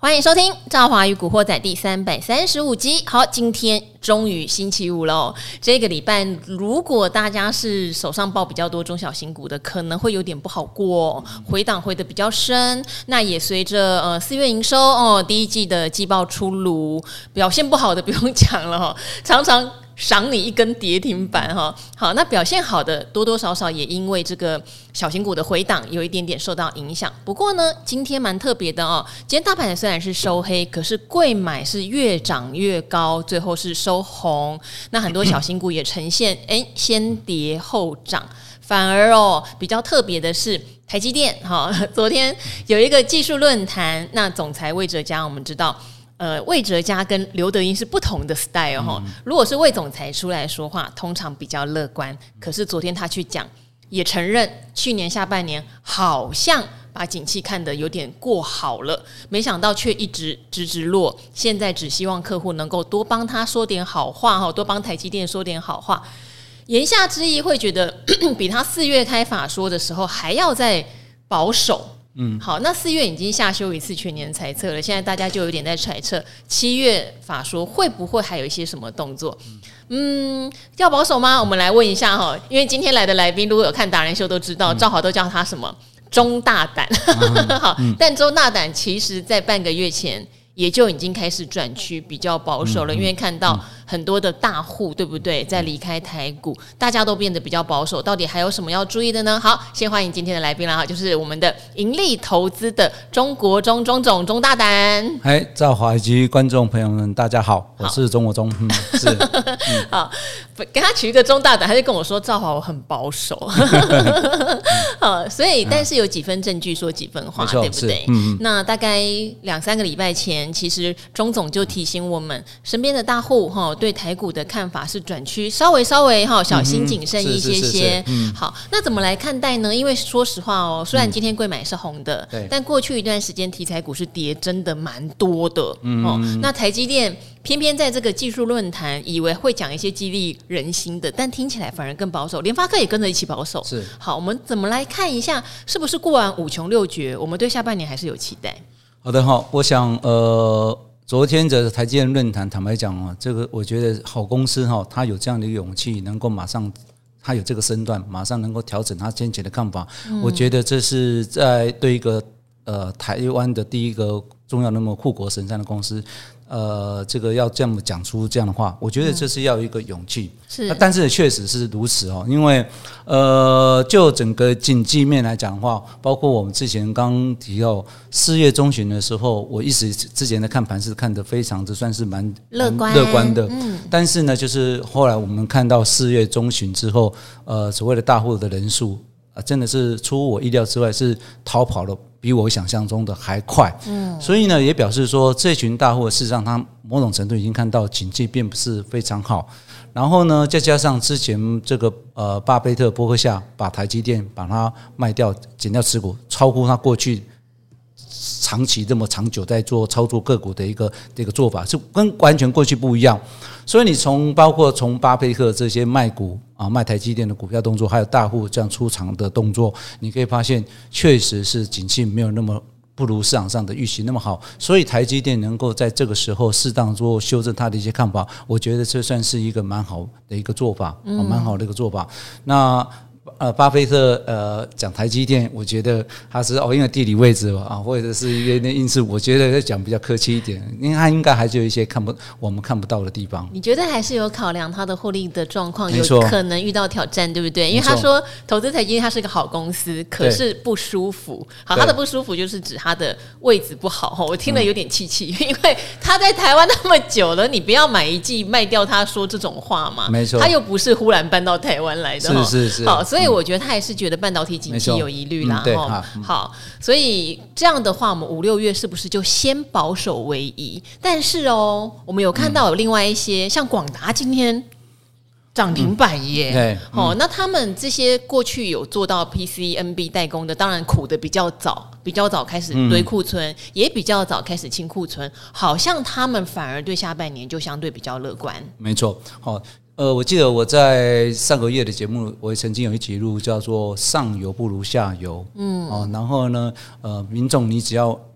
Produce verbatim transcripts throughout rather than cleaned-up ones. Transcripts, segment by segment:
欢迎收听《赵华与古惑仔》第三百三十五集。好，今天终于星期五了。这个礼拜，如果大家是手上抱比较多中小型股的，可能会有点不好过，回档回的比较深。那也随着呃四月营收哦，第一季的季报出炉，表现不好的不用讲了哈，常常赏你一根跌停板哈。好，那表现好的多多少少也因为这个小型股的回档有一点点受到影响。不过呢，今天蛮特别的哦。今天大盘虽然是收黑，可是贵买是越涨越高，最后是收红。那很多小型股也呈现哎先跌后涨，反而哦比较特别的是台积电哈、哦。昨天有一个技术论坛，那总裁魏哲家我们知道。呃，魏哲家跟刘德音是不同的 style 哈、嗯。如果是魏总裁出来说话，通常比较乐观。可是昨天他去讲，也承认去年下半年好像把景气看得有点过好了，没想到却一直直直落。现在只希望客户能够多帮他说点好话哈，多帮台积电说点好话。言下之意会觉得比他四月开法说的时候还要再保守。嗯，好，那四月已经下修一次全年财测了，现在大家就有点在揣测七月法说会不会还有一些什么动作。嗯，要保守吗？我们来问一下哈，因为今天来的来宾如果有看达人秀都知道，赵豪都叫他什么中大胆。好，但中大胆其实在半个月前也就已经开始转趋比较保守了，因为看到很多的大户对不对在离开台股，大家都变得比较保守，到底还有什么要注意的呢？好，先欢迎今天的来宾啦，就是我们的盈利投资的中国中钟总钟大胆。 哎，赵华以及观众朋友们大家好，我是中国钟。嗯，是。 嗯、好，跟他取一个中大胆，他就跟我说赵华我很保守。好，所以但是有几分证据说几分话，对不对？嗯、那大概两三个礼拜前，其实钟总就提醒我们，身边的大户哈对台股的看法是转趋稍微稍微哈小心谨慎一些些。好，那怎么来看待呢？因为说实话哦，虽然今天贵买是红的，嗯、但过去一段时间题材股是跌真的蛮多的。嗯、哦，那台积电偏偏在这个技术论坛以为会讲一些激励人心的，但听起来反而更保守。联发科也跟着一起保守。是，好，我们怎么来看一下，是不是过完五穷六绝，我们对下半年还是有期待？ 好的哈，我想呃。昨天的台积电论坛，坦白讲啊，这个我觉得好公司哈，它有这样的一个勇气，能够马上，它有这个身段，马上能够调整它先前的看法。嗯、我觉得这是在对一个呃台湾的第一个重要那么护国神山的公司，呃，这个要这么讲出这样的话，我觉得这是要有一个勇气。嗯、是，但是确实是如此哦，因为呃，就整个经济面来讲的话，包括我们之前刚提到四月中旬的时候，我一直之前的看盘是看得非常的算是蛮乐观乐观的。 嗯， 但是呢，就是后来我们看到四月中旬之后，呃，所谓的大户的人数啊、呃，真的是出乎我意料之外，是逃跑了。比我想象中的还快，嗯，所以呢，也表示说，这群大户事实上他某种程度已经看到经济并不是非常好，然后呢，再加上之前这个呃巴菲特波克夏把台积电把它卖掉，减掉持股，超乎他过去长期这么长久在做操作个股的一个这个做法，是跟完全过去不一样。所以你从包括从巴菲特这些卖股啊卖台积电的股票动作，还有大户这样出场的动作，你可以发现确实是景气没有那么不如市场上的预期那么好，所以台积电能够在这个时候适当做修正它的一些看法，我觉得这算是一个蛮好的一个做法，蛮、嗯、好的一个做法。那呃，巴菲特呃讲台积电，我觉得他是哦，因为地理位置啊，或者是一些因素，我觉得讲比较客气一点，因为他应该还是有一些看不我们看不到的地方。 你觉得还是有考量他的获利的状况，有可能遇到挑战，对不对？因为他说投资台积电，它是个好公司，可是不舒服。好，他的不舒服就是指他的位置不好。我听了有点气气，嗯、因为他在台湾那么久了，你不要买一季卖掉他说这种话嘛。没错，他又不是忽然搬到台湾来的。 是是是。 好，所以我觉得他也是觉得半导体景气有疑虑啦。嗯哦嗯、好，所以这样的话，我们五六月是不是就先保守为宜？但是哦，我们有看到有另外一些，嗯、像广达今天涨停板耶。嗯嗯、哦，那他们这些过去有做到 P C N B 代工的，当然苦的比较早，比较早开始堆库存，嗯、也比较早开始清库存，好像他们反而对下半年就相对比较乐观。 没错，好。呃，我记得我在上个月的节目，我曾经有一集录叫做"上游不如下游"，嗯，哦，然后呢，呃，民众你只要你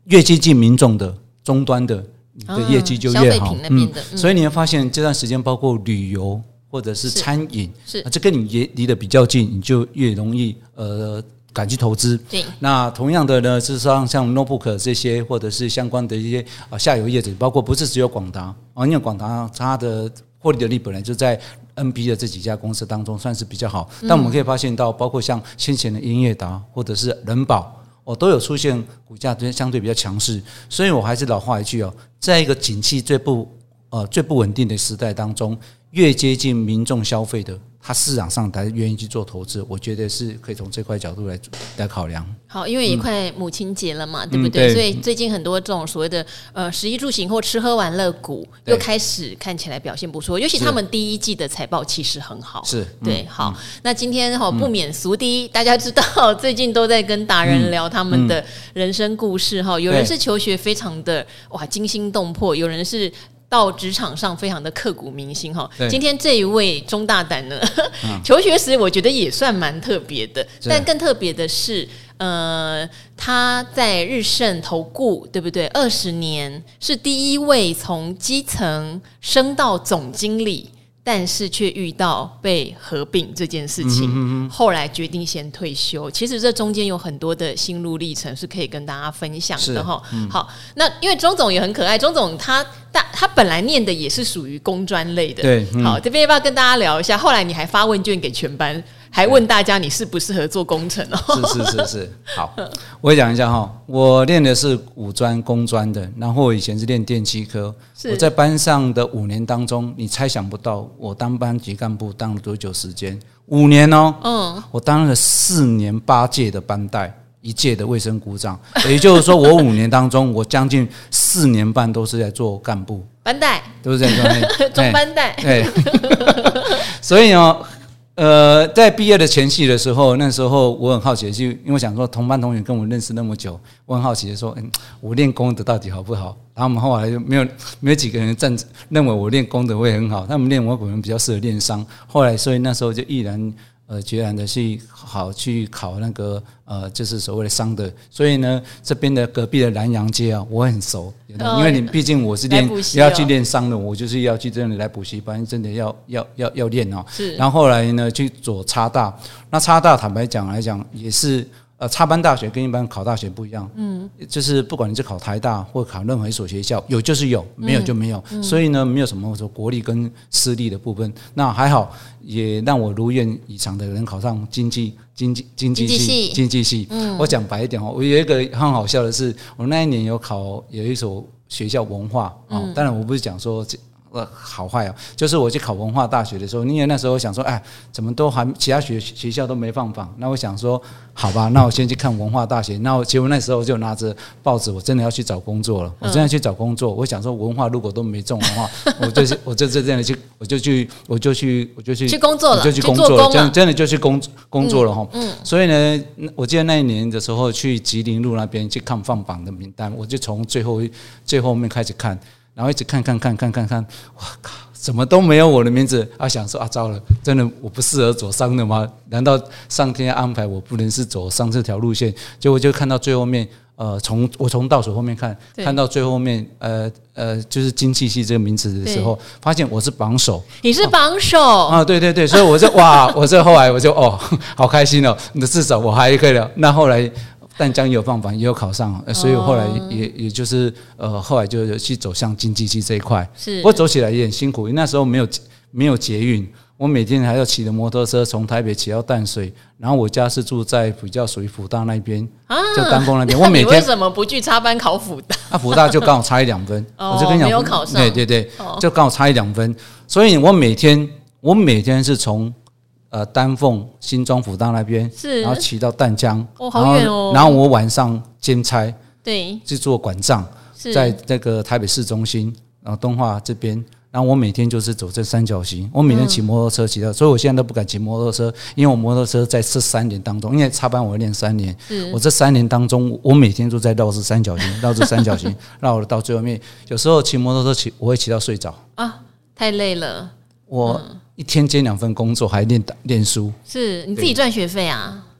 越接近民众的终端的，你的业绩就越好。 嗯嗯、所以你会发现这段时间包括旅游或者是餐饮，是是、啊、这跟你也离得比较近，你就越容易呃敢去投资。 对，那同样的呢，事实上像 notebook 这些或者是相关的一些啊下游业者，包括不是只有广达啊，因为广达它的获利能力本来就在 N B 的这几家公司当中算是比较好，但我们可以发现到，包括像先前的英业达或者是人保。哦，都有出现股价相对比较强势，所以我还是老话一句哦，在一个景气最不呃最不稳定的时代当中，越接近民众消费的，他市场上才愿意去做投资，我觉得是可以从这块角度来来考量。 好，因为也快母亲节了嘛，嗯、对不对？嗯、对，所以最近很多这种所谓的呃食衣住行或吃喝玩乐股又开始看起来表现不错，尤其他们第一季的财报其实很好。 是， 对，嗯、好。嗯、那今天哈、哦、不免俗的，嗯、大家知道最近都在跟达人聊他们的人生故事哈，嗯、有人是求学非常的哇惊心动魄，有人是到职场上非常的刻骨铭心哈。今天这一位钟大胆呢，嗯、求学时我觉得也算蛮特别的，但更特别的是。呃，他在日盛投顾，对不对？二十年是第一位从基层升到总经理，但是却遇到被合并这件事情，嗯、哼哼后来决定先退休。其实这中间有很多的心路历程是可以跟大家分享的哈。嗯、好，那因为钟总也很可爱，钟总他他他本来念的也是属于工专类的， 对，嗯、 好，这边要不要跟大家聊一下？后来你还发问卷给全班。还问大家你适不适合做工程哦？ 是是是是，好，我也讲一下哈。我练的是五专工专的，然后我以前是练电机科。我在班上的五年当中，你猜想不到我当班级干部当了多久时间？五年哦，嗯，我当了四年八届的班代，一届的卫生股长，也就是说，我五年当中，我将近四年半都是在做干部班代， 都是在做中班代， 对，所以呢。呃，在毕业的前夕的时候，那时候我很好奇，就因为我想说同班同学跟我认识那么久，我很好奇的说，嗯，我练功德到底好不好？然后我们后来就没有没有几个人赞认为我练功德会很好，他们练我可能比较适合练商。后来，所以那时候就毅然呃决然的去好去考那个呃就是所谓的商的。所以呢，这边的隔壁的南洋街啊，我很熟。因为你毕竟我是练、哦、要去练商的，我就是要去真的来补习班，真的要要要要练哦。是。然后后来呢，去左插大，那插大坦白讲来讲也是呃插班大学跟一般考大学不一样，嗯，就是不管你是考台大或考任何一所学校，有就是有，没有就没有，嗯、所以呢没有什么说国立跟私立的部分。那还好，也让我如愿以偿的能考上经济。经济经济系，经济系。嗯，我讲白一点哦，我有一个很好笑的是，我那一年有考有一所学校文化哦，嗯、当然我不是讲说呃好坏哦，就是我去考文化大学的时候，因为那时候我想说，哎，怎么都还其他学学校都没放榜，那我想说，好吧，那我先去看文化大学。那我结果那时候就拿着报纸，我真的要去找工作了，我真的去找工作。我想说，文化如果都没中的话，我就是我就这样的去，我就去，我就去，我就去去工作了， 就去工作了，真真的就去工工作了哈。嗯，嗯所以呢，我记得那一年的时候去吉林路那边去看放榜的名单，我就从最后最后面开始看。然后一直看看看看看看，哇靠！怎么都没有我的名字啊！想说啊，糟了，真的我不适合走商的吗？难道上天安排我不能是走商这条路线？结果就看到最后面，呃，从我从倒数后面看，看到最后面，呃呃，就是经济系这个名词的时候，发现我是榜首。 你是榜首啊？啊对对对，所以我就哇，我这后来我就哦，好开心哦！那至少我还可以了。那后来。淡江也有放榜，也有考上，所以后来也也就是呃，后来就去走向经济系这一块。是，不过走起来也很辛苦，因为那时候没有没有捷运，我每天还要骑着摩托车从台北骑到淡水，然后我家是住在比较属于辅大那边，啊、就丹凤那边。我每天你为什么不去插班考辅大？ 啊，辅大就刚好差一两分， 哦、 我就跟你讲， 没有考上。 对对对，哦、就刚好差一两分，所以我每天我每天是从。呃，丹凤、新庄、辅大那边，是，然后骑到淡江， 哦，好远哦。 然后我晚上兼差， 对， 去做管账，在这个台北市中心，然后东华这边，然后我每天就是走这三角形，我每天骑摩托车骑到，嗯、所以我现在都不敢骑摩托车，因为我摩托车在这三年当中，因为插班我练三年，我这三年当中，我每天都在绕这三角形，绕这三角形，绕到最后面，有时候骑摩托车骑，我会骑到睡着啊， 太累了， 我。嗯一天兼两份工作，还练练书， 是你自己赚学费啊？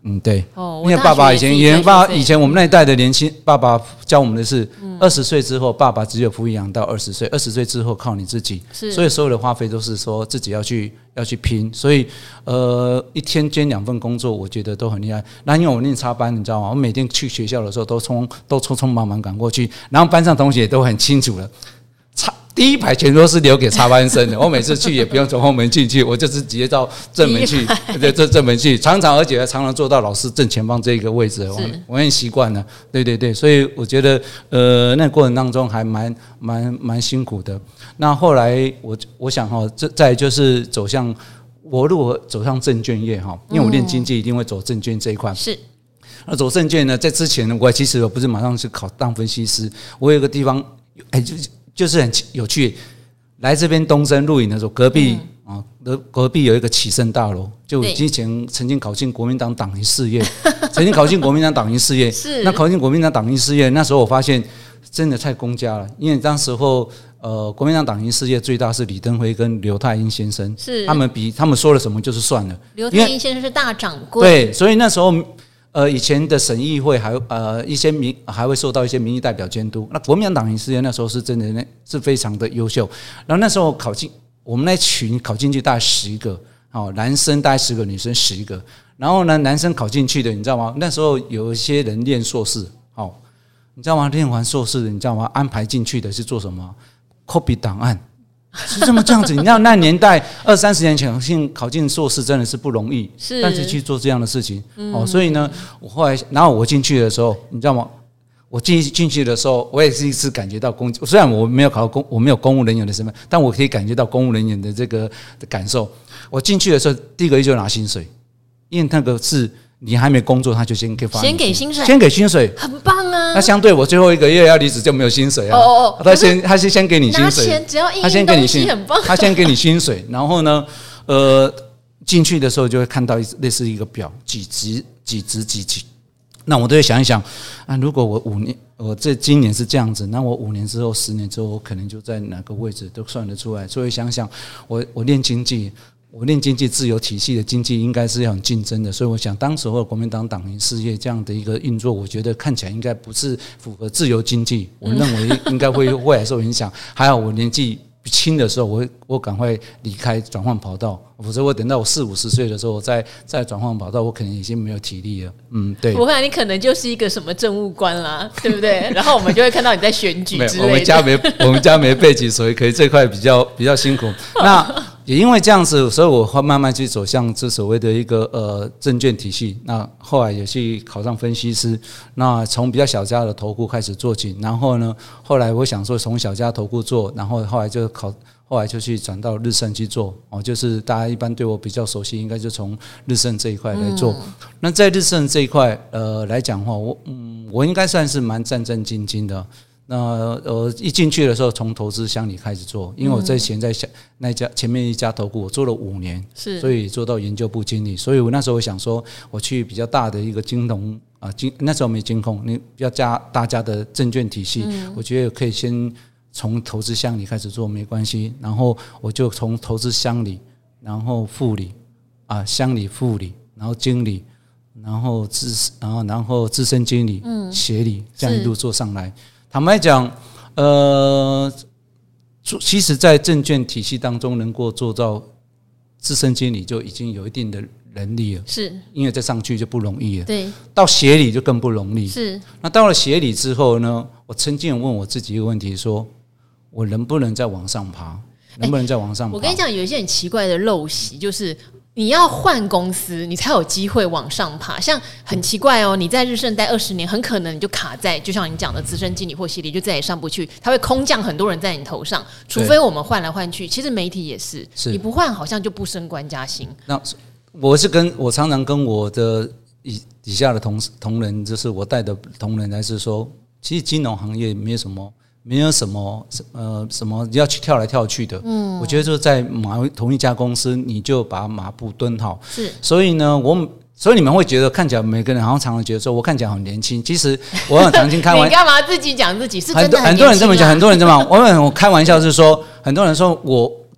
嗯，对， 哦， 因为爸爸以前，以前爸以前我们那一代的年轻爸爸教我们的是，二十岁之后爸爸只有抚养到二十岁，二十岁之后靠你自己，所以所有的花费都是说自己要去要去拼，所以呃一天兼两份工作，我觉得都很厉害。那因为我念插班，你知道吗？我每天去学校的时候都匆都匆匆忙忙赶过去，然后班上同学也都很清楚了。第一排全都是留给插班生的，我每次去也不用从后门进去，我就是直接到正门去，对，这正门去，常常而且还常常坐到老师正前方这个位置，我我很习惯了，对对对，所以我觉得呃那个过程当中还蛮蛮蛮辛苦的。那后来我我想哈，这再就是走向我如果走向证券业哈，因为我练经济一定会走证券这一块， 是。 那走证券呢，在之前呢，我其实我不是马上去考当分析师，我有一个地方哎就。就是很有趣，来这边东升露营的时候，隔壁啊、嗯，隔壁有一个启盛大楼，就之前曾经考进国民党党营事业，曾经考进国民党党营事业， 是那考进国民党党营事业，那时候我发现真的太公家了，因为当时候呃，国民党党营事业最大是李登辉跟刘太英先生， 是他们比他们说了什么就是算了， 刘太英先生是大掌柜， 对，所以那时候。呃，以前的省议会还呃一些民还会受到一些民意代表监督。那国民党党营事业那时候是真的是非常的优秀。然后那时候考进我们那群考进去大概十个，哦，男生大概十个，女生十一个。然后呢，男生考进去的，你知道吗？那时候有一些人念硕士，哦，你知道吗？念完硕士的，你知道吗？安排进去的是做什么 ？copy 档案。是这么这样子，你知道那年代二三十年前考考进硕士真的是不容易， 是， 但是去做这样的事情，嗯、哦，所以呢，我后来，然后我进去的时候，你知道吗？我进进去的时候，我也是一次感觉到公，虽然我没有考到公，我没有公务人员的身份，但我可以感觉到公务人员的这个的感受。我进去的时候，第一个月就拿薪水，因为那个是。你还没工作，他就先给发先给薪水， 先给薪水， 很棒啊。 那相对我最后一个月要离职就没有薪水啊。 哦哦， 他先他是先给你薪水， 拿钱只要印印东西很棒。 他先给你薪水，然后呢，呃，进去的时候就会看到类似一个表，几职几职几级。那我都会想一想啊，如果我五年，我这今年是这样子，那我五年之后、十年之后，我可能就在哪个位置都算得出来。所以想想，我我练经济。我练经济自由体系的经济应该是要很竞争的，所以我想当时候国民党党营事业这样的一个运作，我觉得看起来应该不是符合自由经济，我认为应该会未来受影响。还好我年纪轻的时候，我我赶快离开转换跑道，否则我等到我四五十岁的时候，我再再转换跑道，我可能已经没有体力了。嗯，对。 不会，你可能就是一个什么政务官啦，对不对？然后我们就会看到你在选举之类的。 我们家没我们家没背景，所以可以这块比较比较辛苦。那。也因为这样子，所以我会慢慢去走向这所谓的一个呃证券体系。那后来也去考上分析师。那从比较小家的投顾开始做起，然后呢，后来我想说从小家投顾做，然后后来就考，后来就去转到日盛去做。哦，就是大家一般对我比较熟悉，应该就从日盛这一块来做。嗯、那在日盛这一块呃来讲的话，我嗯我应该算是蛮战战兢兢的。那呃一进去的时候，从投资乡里开始做，因为我在前在那一家前面一家投顾，我做了五年，是，所以做到研究部经理。所以我那时候我想说，我去比较大的一个金融啊，金那时候没金控，你比较加大家的证券体系，嗯、我觉得可以先从投资乡里开始做没关系。然后我就从投资乡里，然后副理啊，乡里副理，然后经理，然后资然后然后资深经理、嗯、协理，这样一路做上来。坦白讲，呃，其实，在证券体系当中，能够做到资深经理就已经有一定的能力了，是，因为再上去就不容易了。对，到协理就更不容易。是，那到了协理之后呢，我曾经问我自己一个问题：说我能不能再往上爬？能不能再往上爬？ 我跟你讲，有一些很奇怪的陋习，就是你要换公司，你才有机会往上爬。像很奇怪哦，你在日盛待二十年，很可能你就卡在，就像你讲的资深经理或协理，就再也上不去。他会空降很多人在你头上，除非我们换来换去。其实媒体也是，是你不换，好像就不升官加薪。 那我是跟我常常跟我的底下的同同仁，就是我带的同仁，来是说，其实金融行业没有什么。没有什么呃什么要去跳来跳去的，嗯，我觉得就在马同一家公司，你就把马步蹲好。是，所以呢，我所以你们会觉得看起来每个人好像常常觉得说我看起来很年轻，其实我很常经开玩笑， 你干嘛自己讲自己是真的很年轻啊？ 很多很多人这么讲，很多人这么讲，我我开玩笑是说，很多人说我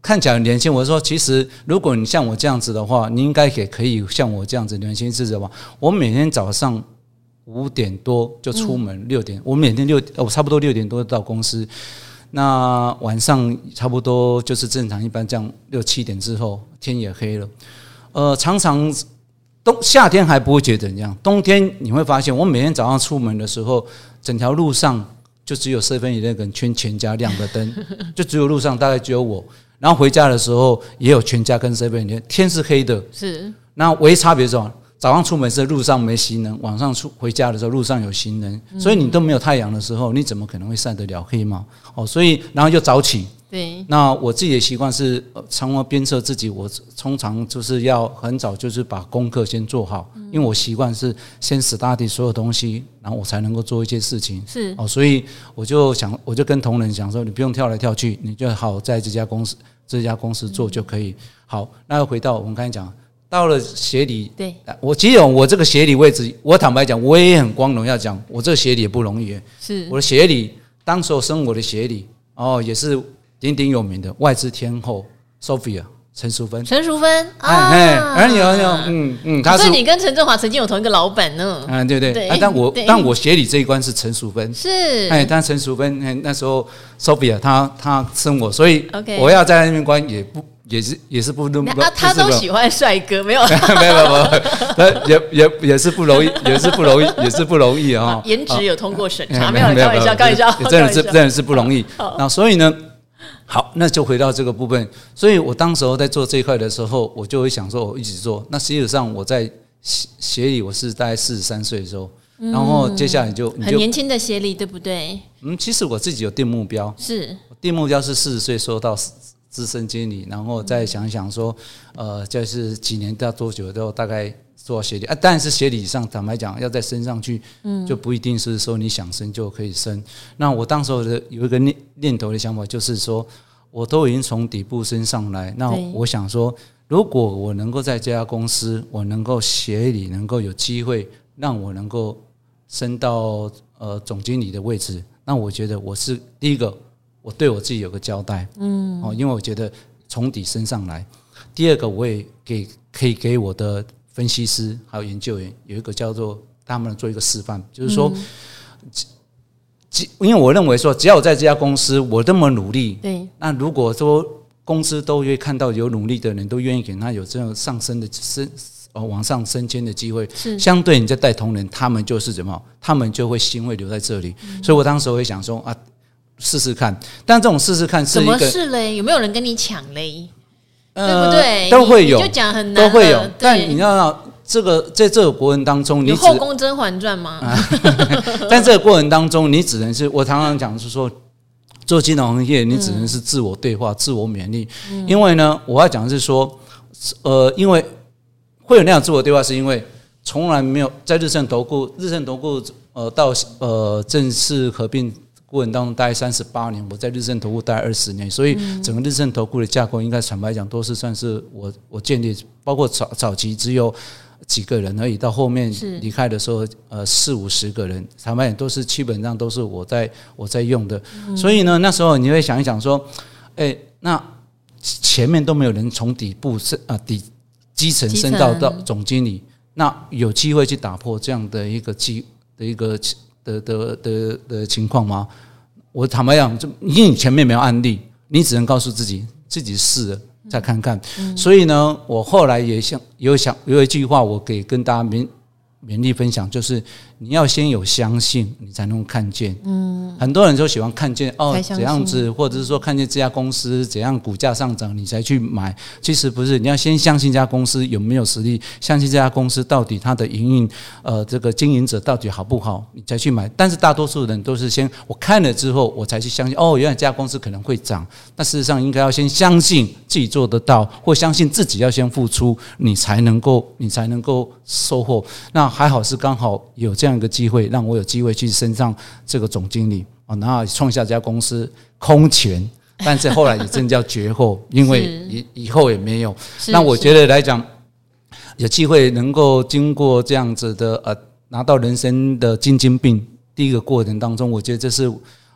看起来很年轻。我说，其实如果你像我这样子的话，你应该也可以像我这样子年轻是什么？我每天早上五点多就出门，六、嗯、点我每天六我差不多六点多到公司，那晚上差不多就是正常一般这样六七点之后天也黑了。呃，常常冬夏天还不会觉得怎样，冬天你会发现，我每天早上出门的时候，整条路上就只有seven eleven圈全家亮的灯，就只有路上大概只有我。然后回家的时候也有全家跟seven eleven，天是黑的， 是。 那唯一差别是什么？早上出门是路上没行人，晚上出回家的时候路上有行人，嗯、所以你都没有太阳的时候，你怎么可能会晒得了黑嘛？哦，所以然后又早起。 对， 那我自己的习惯是，常常鞭策自己，我通常就是要很早就是把功课先做好，嗯、因为我习惯是先 study 所有东西，然后我才能够做一些事情。 是哦，所以我就想，我就跟同仁讲说，你不用跳来跳去，你就好在这家公司这家公司做就可以。嗯、好，那回到我们刚才讲，到了协理， 对， 我其实我这个协理位置，我坦白讲，我也很光荣要讲，我这个协理也不容易。 是我的协理，当时候升我的协理，哦，也是鼎鼎有名的外资天后 Sophia 陈淑芬， 陈淑芬， 哎哎，而你有有，嗯嗯，他是， 所以你跟陈振华曾经有同一个老板呢， 嗯，对对， 对啊，但我但我协理这一关是陈淑芬， 是， 哎，但陈淑芬，哎，那时候 Sophia 她她生我，所以我要在那边关也不也是也是不不， 啊，他都喜欢帅哥，没有， 没有没有，也也也是不容易，也是不容易，也是不容易啊， 颜值有通过审查，没有，开玩笑，开玩笑， 真的是真的是不容易。那所以呢？好，那就回到这个部分。所以我当时候在做这一块的时候，我就会想说，我一直做。那实际上我在协理，我是大概四十三岁的时候，嗯、然后接下来就你就很年轻的协理，对不对？ 嗯，其实我自己有定目标， 是定目标是四十岁做到资深经理，然后再想想说，呃，就是几年到多久都大概做协理啊。当然是协理以上，坦白讲，要再升上去，嗯，就不一定是说你想升就可以升。那我当时候的有一个念念头的想法，就是说我都已经从底部升上来，那我想说，如果我能够在这家公司，我能够协理，能够有机会让我能够升到呃总经理的位置，那我觉得我是第一个。我对我自己有个交代，嗯，哦，因为我觉得从底升上来。第二个，我也给可以给我的分析师还有研究员有一个叫做他们做一个示范，就是说，嗯、因为我认为说，只要我在这家公司我这么努力，对，那如果说公司都会看到有努力的人都愿意给他有这样上升的升哦往上升迁的机会，相对你在带同仁，他们就是怎么，他们就会心会留在这里。嗯、所以我当时会想说啊。试试看，但这种试试看是一个怎么试嘞？有没有人跟你抢嘞？呃、对不对？ 都会有， 你就讲很难， 都会有。但你要这个在这个过程当中，你有后宫甄嬛传吗？ 但这个过程当中，你只能是我常常讲是说，做金融行业，你只能是自我对话、嗯、自我勉励。嗯、因为呢，我要讲的是说，呃，因为会有那样自我对话，是因为从来没有在日盛投顾，日盛投顾呃到呃正式合并。过程当中大概三十八年，我在日盛投顾大概二十年，所以整个日盛投顾的架构应该坦白讲都是算是我我建立，包括早早期只有几个人而已，到后面离开的时候，呃四五十个人，坦白讲都是基本上都是我在我在用的，嗯、所以呢那时候你会想一想说，哎、欸，那前面都没有人从底部升啊底基层升到到总经理，那有机会去打破这样的一个机的一个。的的的的情况吗？我坦白讲，就因为你前面没有案例，你只能告诉自己自己试了再看看。嗯、所以呢，我后来也想有想有一句话，我可以跟大家勉勉励分享，就是你要先有相信，你才能看见。嗯，很多人都喜欢看见哦怎样子，或者是说看见这家公司怎样股价上涨，你才去买。其实不是，你要先相信这家公司有没有实力，相信这家公司到底它的营运，呃，这个经营者到底好不好，你才去买。但是大多数人都是先我看了之后，我才去相信。哦，原来这家公司可能会涨。那事实上应该要先相信自己做得到，或相信自己要先付出，你才能够，你才能够收获。那还好是刚好有这样一个机会，让我有机会去升上这个总经理啊，然后创下这家公司空前，但是后来也真叫绝后，因为以以后也没有。那我觉得来讲，有机会能够经过这样子的呃，拿到人生的金金病第一个过程当中，我觉得这是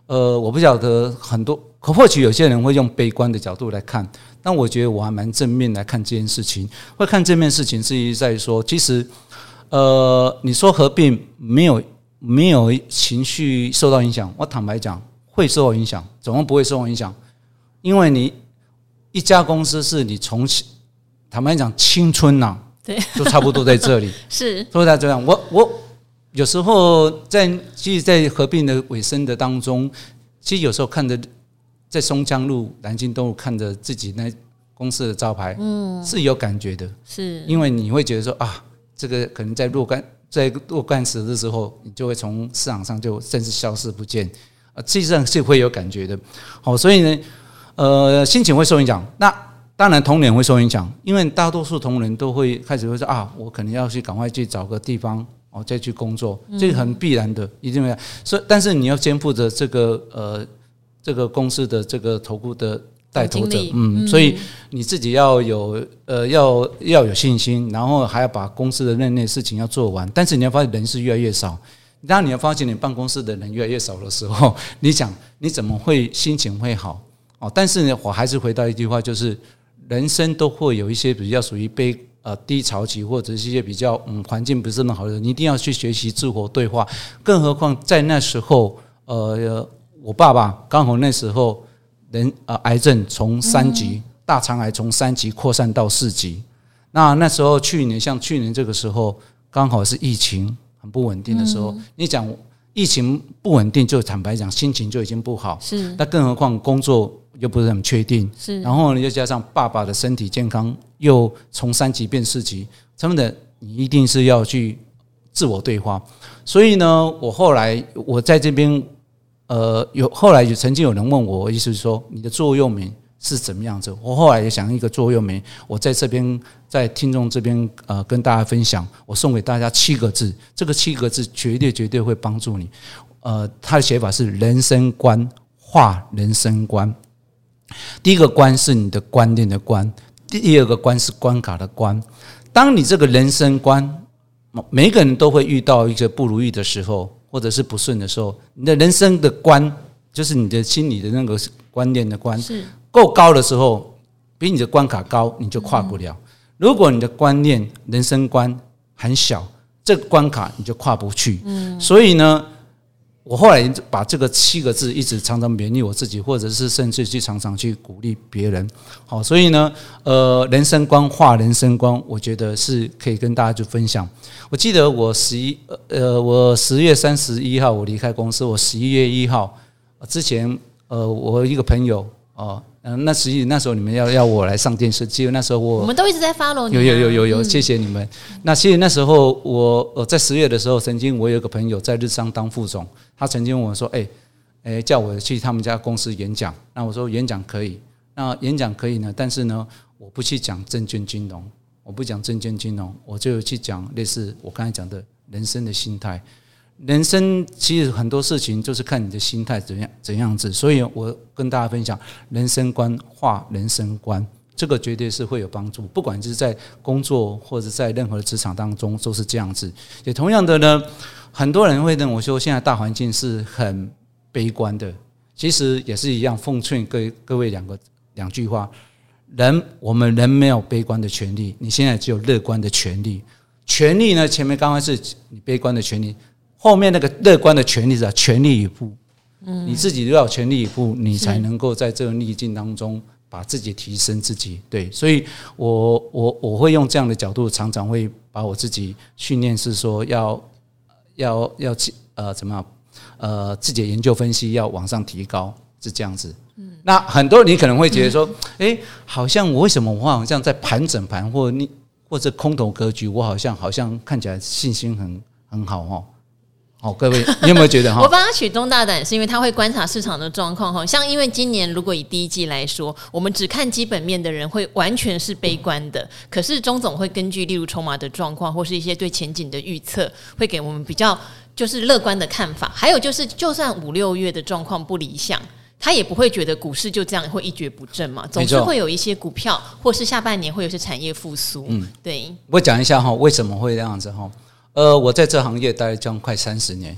呃，我不晓得很多，可或许有些人会用悲观的角度来看，但我觉得我还蛮正面来看这件事情。会看这件事情是在说，其实，呃，你说合并没有没有情绪受到影响，我坦白讲会受到影响，怎么不会受到影响？因为你一家公司是你从坦白讲青春呐、啊， 对， 就差不多在这里， 是都在这样。我我。有时候在其实，在合并的尾声的当中，其实有时候看着在松江路、南京东路看着自己那公司的招牌，嗯，是有感觉的， 是因为你会觉得说啊，这个可能在若干在若干时的时候，你就会从市场上就甚至消失不见，啊，实际上是会有感觉的。好，所以呢，呃，心情会受影响。那当然，同仁会受影响，因为大多数同仁都会开始会说啊，我可能要去赶快去找个地方。哦，再去工作，这个很必然的，一定会。所以，但是你要肩负着这个呃，这个公司的这个投顾的带头者，嗯，所以你自己要有呃，要要有信心，然后还要把公司的任内事情要做完。但是你要发现人是越来越少，当你要发现你办公室的人越来越少的时候，你想你怎么会心情会好？哦，但是呢，我还是回到一句话，就是人生都会有一些比较属于悲。呃，低潮期或者是一些比较嗯环境不是那么好的，你一定要去学习自我对话。更何况在那时候，呃，我爸爸刚好那时候人呃癌症从三级、嗯、大肠癌从三级扩散到四级。那那时候去年像去年这个时候，刚好是疫情很不稳定的时候，嗯、你讲疫情不稳定，就坦白讲心情就已经不好。 是， 那更何况工作又不是很确定， 是， 然后呢又加上爸爸的身体健康。又从三级变四级，他们的你一定是要去自我对话。所以呢，我后来我在这边，呃，有后来有曾经有人问我，意思是说你的座右铭是怎么样子？我后来也想一个座右铭，我在这边在听众这边呃跟大家分享，我送给大家七个字，这个七个字绝对绝对会帮助你。呃，他的写法是人生观化人生观，第一个观是你的观念的观。第二个关是关卡的关，当你这个人生观，每一个人都会遇到一个不如意的时候，或者是不顺的时候，你的人生的观，就是你的心理的那个观念的观，够高的时候，比你的关卡高，你就跨不了。嗯、如果你的观念、人生观很小，这个关卡你就跨不去。嗯、所以呢。我后来把这个七个字一直常常勉励我自己，或者是甚至去常常去鼓励别人。好，所以呢，呃，人生观化人生观，我觉得是可以跟大家去分享。我记得我十一呃，我十月三十一号我离开公司，我十一月一号之前，呃，我一个朋友哦。嗯，那实际那时候你们要要我来上电视，其实那时候我我们都一直在 follow 你、啊， 有有有有有，谢谢你们。嗯、那其实那时候我我在十月的时候，曾经我有一个朋友在日商当副总，他曾经问我说：“哎、欸、哎、欸，叫我去他们家公司演讲。”那我说演讲可以，那演讲可以呢，但是呢，我不去讲证券金融，我不讲证券金融，我就去讲类似我刚才讲的人生的心态。人生其实很多事情就是看你的心态怎样怎样子，所以我跟大家分享人生观化人生观，这个绝对是会有帮助，不管是在工作或者在任何的职场当中都是这样子。也同样的呢，很多人会认为说现在大环境是很悲观的，其实也是一样，奉劝各位各位两个两句话：人我们人没有悲观的权利，你现在只有乐观的权利。权利呢，前面刚刚是你悲观的权利。后面那个乐观的权利是全力以赴，嗯，你自己都要全力以赴，你才能够在这个逆境当中把自己提升自己。对，所以我我我会用这样的角度，常常会把我自己训练是说要要要呃怎么样呃自己的研究分析要往上提高，是这样子。嗯，那很多你可能会觉得说，哎、嗯欸，好像我为什么我好像在盘整盘或你或者空头格局，我好像好像看起来信心很很好哦。好，各位，你有没有觉得哈？ 我帮他取中大胆，是因为他会观察市场的状况哈。像因为今年如果以第一季来说，我们只看基本面的人会完全是悲观的，可是钟总会根据例如筹码的状况或是一些对前景的预测，会给我们比较就是乐观的看法。还有就是，就算五六月的状况不理想，他也不会觉得股市就这样会一蹶不振嘛，总是会有一些股票或是下半年会有一些产业复苏。嗯，对。 我讲一下哈，为什么会这样子哈？呃，我在这行业待了将快三十年，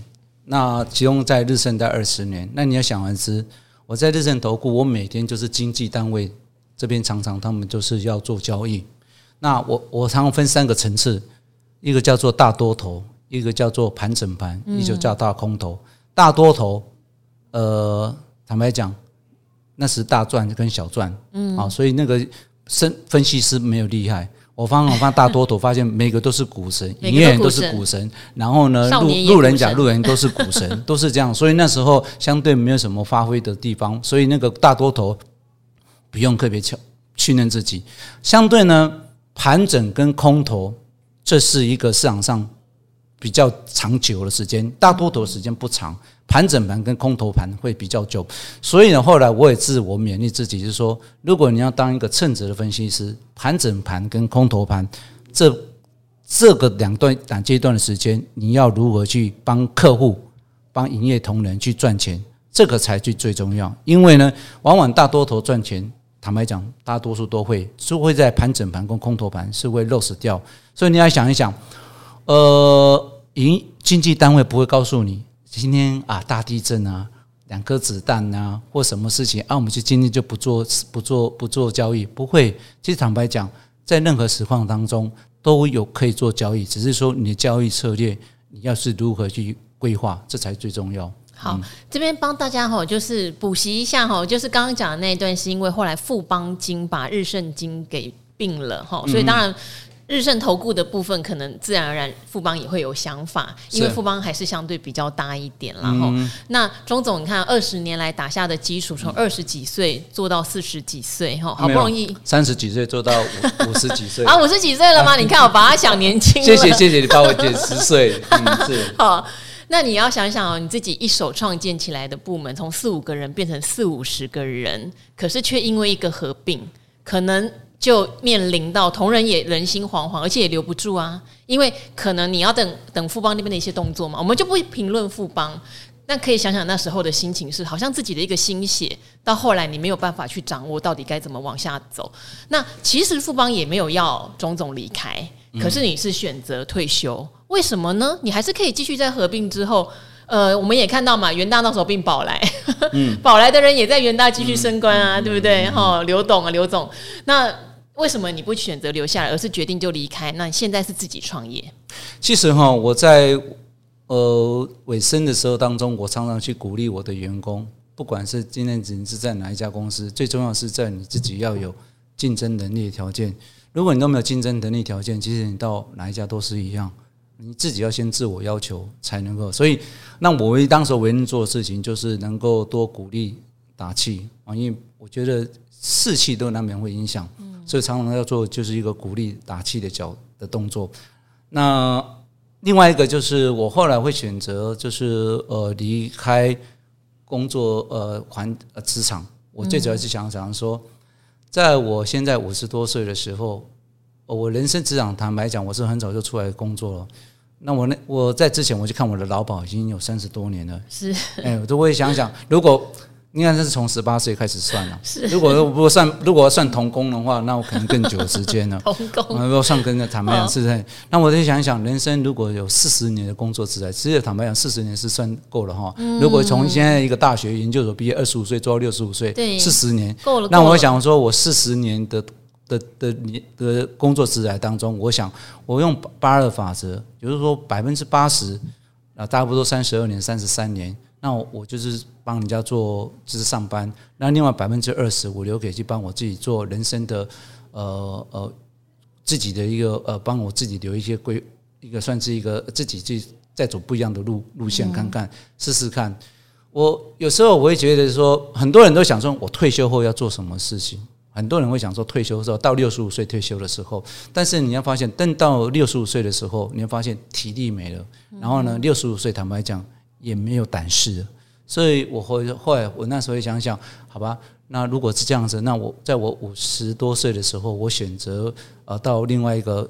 那其中在日盛在二十年，那你要想而知，我在日盛投顾，我每天就是经纪单位这边常常他们就是要做交易。那我我常常分三个层次，一个叫做大多头，一个叫做盘整盘，一个就叫大空头。大多头，呃，坦白讲，那是大赚跟小赚，嗯，啊，所以那个分析师没有厉害。我发我发大多头，发现每个都是股神，营业员都是股神，然后呢，路路人甲、路人都是股神，都是这样。所以那时候相对没有什么发挥的地方，所以那个大多头不用特别训练自己。相对呢，盘整跟空头，这是一个市场上比较长久的时间，大多头的时间不长，盘整盘跟空头盘会比较久。所以呢，后来我也自我勉励自己，就是说，如果你要当一个称职的分析师，盘整盘跟空头盘这这个两段两阶段的时间，你要如何去帮客户、帮营业同仁去赚钱，这个才最最重要。因为呢，往往大多头赚钱，坦白讲，大多数都会是会在盘整盘跟空头盘是会 lose 掉。所以你要想一想，呃，营经纪单位不会告诉你今天啊大地震啊，两颗子弹啊，或什么事情啊，我们就今天就不做不做不做交易，不会。其实坦白讲，在任何实况当中都有可以做交易，只是说你的交易策略，你要是如何去规划，这才最重要。 好，这边帮大家哈，就是补习一下哈，就是刚刚讲的那一段，是因为后来富邦金把日盛金给并了哈，所以当然。日盛投顾的部分，可能自然而然富邦也会有想法，因为富邦还是相对比较大一点啦。嗯、那钟总，你看二十年来打下的基础，从二十几岁做到四十几岁，好不容易三十几岁做到五十几岁啊，五十几岁了吗？你看我把他想年轻了， 谢谢谢谢你把我减十岁，嗯，是好。那你要想想哦，你自己一手创建起来的部门，从四五个人变成四五十个人，可是却因为一个合并，可能。就面临到同仁也人心惶惶，而且也留不住啊，因为可能你要等等富邦那边的一些动作嘛，我们就不评论富邦，但可以想想那时候的心情是，好像自己的一个心血，到后来你没有办法去掌握到底该怎么往下走。那其实富邦也没有要钟总离开，可是你是选择退休，为什么呢？你还是可以继续在合并之后。呃，我们也看到嘛，元大那时候并宝来，嗯、宝来的人也在元大继续升官啊，嗯、对不对？哈、嗯，刘董啊，刘总，那为什么你不选择留下来，而是决定就离开？那你现在是自己创业？ 其实哈，我在呃尾声的时候当中，我常常去鼓励我的员工，不管是今天你是在哪一家公司，最重要是在你自己要有竞争能力的条件。如果你都没有竞争能力条件，其实你到哪一家都是一样。你自己要先自我要求才能够，所以那我为当时为人做的事情就是能够多鼓励打气啊，因为我觉得士气都难免会影响，所以常常要做就是一个鼓励打气的角的动作。那另外一个就是我后来会选择就是呃离开工作呃环呃职场，我最主要是想想说，在我现在五十多岁的时候，我人生职场坦白讲，我是很早就出来工作了。那我那我在之前我就看我的劳保已经有三十多年了， 是， 哎，我都会想想，如果你看这是从十八岁开始算了，是，如果如果算如果算童工的话，那我可能更久的时间了。 童工， 如果算跟着坦白讲，是不是？那我就想一想，人生如果有四十年的工作职来，其实坦白讲，四十年是算够了哈。嗯、如果从现在一个大学研究所毕业，二十五岁做到六十五岁， 对， 四十年够了。 那我想说，我四十年的。的的的工作职来当中，我想我用八二法则，也就是说百分之八十啊，差不多三十二年、三十三年，那我我就是帮人家做就是上班，那另外百分之二十我留给去帮我自己做人生的呃呃自己的一个呃帮我自己留一些规一个算是一个自己去再走不一样的路路线看看试试看。我有时候我会觉得说，很多人都想说我退休后要做什么事情。很多人会想说退休的时候到六十五岁退休的时候，但是你要发现等到六十五岁的时候，你会发现体力没了，然后呢六十五岁坦白讲也没有胆识了，所以我后后来我那时候也想想，好吧，那如果是这样子，那我在我五十多岁的时候，我选择呃到另外一个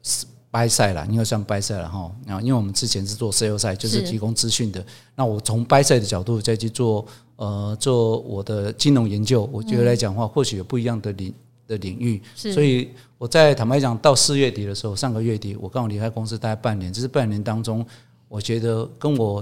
buy side啦，应该算buy side了哈。因为我们之前是做 sell side， 就是提供资讯的，那我从buy side的角度再去做。呃，做我的金融研究，我觉得来讲的话，或许有不一样的领的领域，所以我在坦白讲，到四月底的时候，上个月底我刚好离开公司大概半年，这是半年当中，我觉得跟我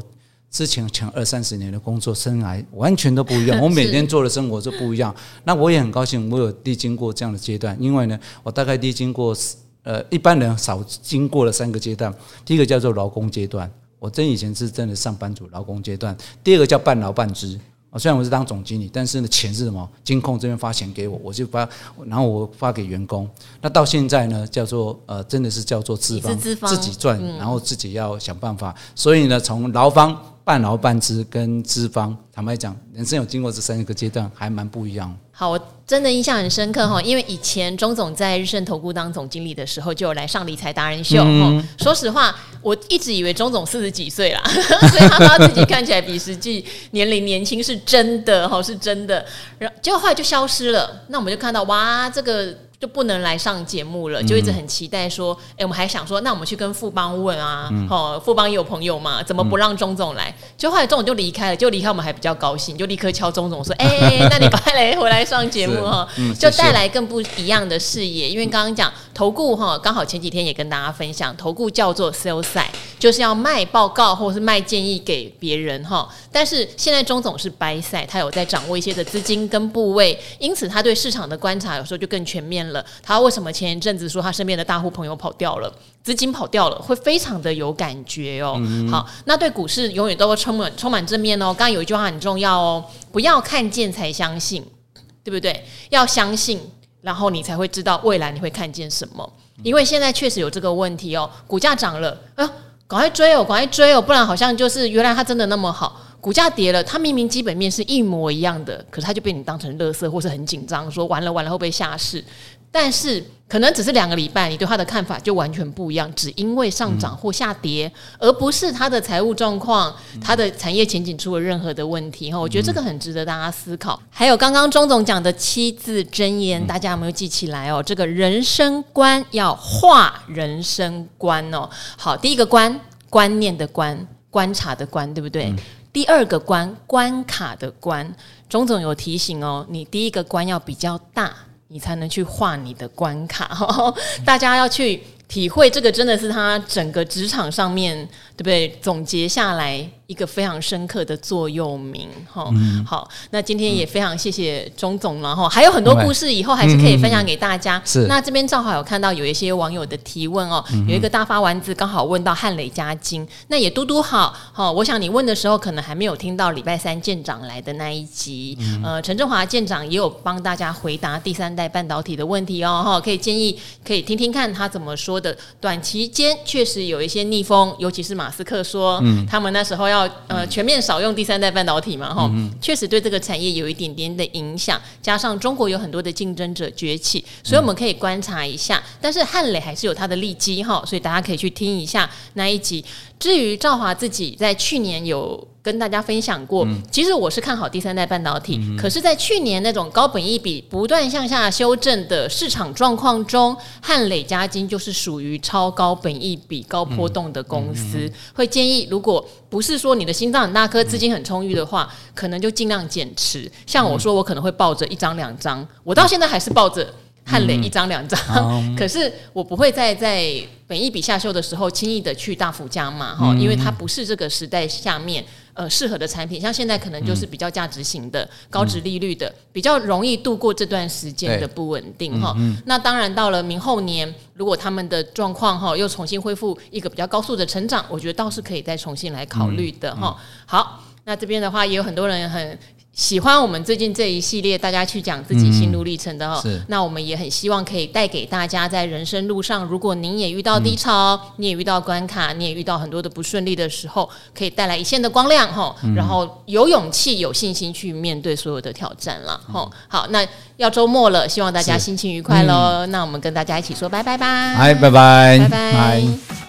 之前前二三十年的工作生涯完全都不一样，我每天做的生活就不一样。那我也很高兴，我有历经过这样的阶段，因为呢，我大概历经过呃一般人少经过了三个阶段。第一个叫做劳工阶段，我真以前是真的上班族劳工阶段。第二个叫半劳半资。虽然我是当总经理，但是呢，钱是什么？金控这边发钱给我，我就发，然后我发给员工。那到现在呢，叫做呃，真的是叫做资方，自己赚，嗯、然后自己要想办法。所以呢，从劳方、半劳半资跟资方，坦白讲，人生有经过这三个阶段，还蛮不一样。 好，我真的印象很深刻哈，因为以前钟总在日盛投顾当总经理的时候，就有来上理财达人秀。嗯、说实话，我一直以为钟总四十几岁啦，所以他说他自己看起来比实际年龄年轻是真的哈，是真的。然后结果后来就消失了，那我们就看到哇，这个就不能来上节目了，就一直很期待说，哎、欸，我们还想说，那我们去跟富邦问啊，哦、嗯，富邦也有朋友嘛，怎么不让钟总来？就后来钟总就离开了，就离开我们还比较高兴，就立刻敲钟总说，哎、欸，那你快来回来上节目哈，嗯、就带来更不一样的视野。因为刚刚讲投顾哈，刚好前几天也跟大家分享，投顾叫做 sell side， 就是要卖报告或是卖建议给别人哈。但是现在钟总是 buy side， 他有在掌握一些的资金跟部位，因此他对市场的观察有时候就更全面了。他为什么前一阵子说他身边的大户朋友跑掉了，资金跑掉了，会非常的有感觉哦。嗯、好，那对股市永远都会充满充满正面哦。刚刚有一句话很重要哦，不要看见才相信，对不对？要相信，然后你才会知道未来你会看见什么。因为现在确实有这个问题哦，股价涨了啊，赶快追哦，赶快追哦，不然好像就是原来它真的那么好。股价跌了，它明明基本面是一模一样的，可是它就被你当成垃圾，或是很紧张，说完了完了会不会下市？但是可能只是两个礼拜，你对它的看法就完全不一样，只因为上涨或下跌，嗯、而不是它的财务状况、它的产业前景出了任何的问题。我觉得这个很值得大家思考。嗯、还有刚刚钟总讲的七字真言，大家有没有记起来哦？这个人生观要画人生观哦。好，第一个观，观念的观，观察的观，对不对？嗯、第二个关，关卡的关，钟总有提醒哦，你第一个关要比较大，你才能去画你的关卡。哦、大家要去体会这个，真的是他整个职场上面，对不对？总结下来一个非常深刻的座右铭。嗯、好，那今天也非常谢谢钟总了哈，还有很多故事，以后还是可以分享给大家。嗯、那这边正好有看到有一些网友的提问哦，嗯、有一个大发丸子刚好问到汉磊嘉晶，那也嘟嘟好，好，我想你问的时候可能还没有听到礼拜三舰长来的那一集，嗯、呃，陈振华舰长也有帮大家回答第三代半导体的问题哦，哈，可以建议可以听听看他怎么说的。短期间确实有一些逆风，尤其是马斯克说，嗯、他们那时候要呃全面少用第三代半导体嘛，哈、嗯，确实对这个产业有一点点的影响。加上中国有很多的竞争者崛起，所以我们可以观察一下。但是汉磊还是有它的利基哈，所以大家可以去听一下那一集。至于兆华自己在去年有跟大家分享过，嗯、其实我是看好第三代半导体，嗯、可是在去年那种高本益比不断向下修正的市场状况中，汉磊嘉晶就是属于超高本益比高波动的公司，嗯嗯、会建议如果不是说你的心脏很大颗资金很充裕的话，可能就尽量减持。像我说我可能会抱着一张两张，我到现在还是抱着汉磊一张两张，嗯、可是我不会再在本益比下修的时候轻易的去大幅加码，嗯、因为它不是这个时代下面呃适合的产品。像现在可能就是比较价值型的、嗯、高殖利率的，比较容易度过这段时间的不稳定哈。嗯嗯、那当然到了明后年，如果他们的状况哈又重新恢复一个比较高速的成长，我觉得倒是可以再重新来考虑的哈。嗯嗯、好，那这边的话也有很多人很喜欢我们最近这一系列大家去讲自己心路历程的哈、嗯，那我们也很希望可以带给大家在人生路上，如果您也遇到低潮，嗯、你也遇到关卡，你也遇到很多的不顺利的时候，可以带来一线的光亮哈，嗯、然后有勇气、有信心去面对所有的挑战了哈。嗯、好，那要周末了，希望大家心情愉快喽。嗯、那我们跟大家一起说拜拜吧， 拜拜拜拜拜。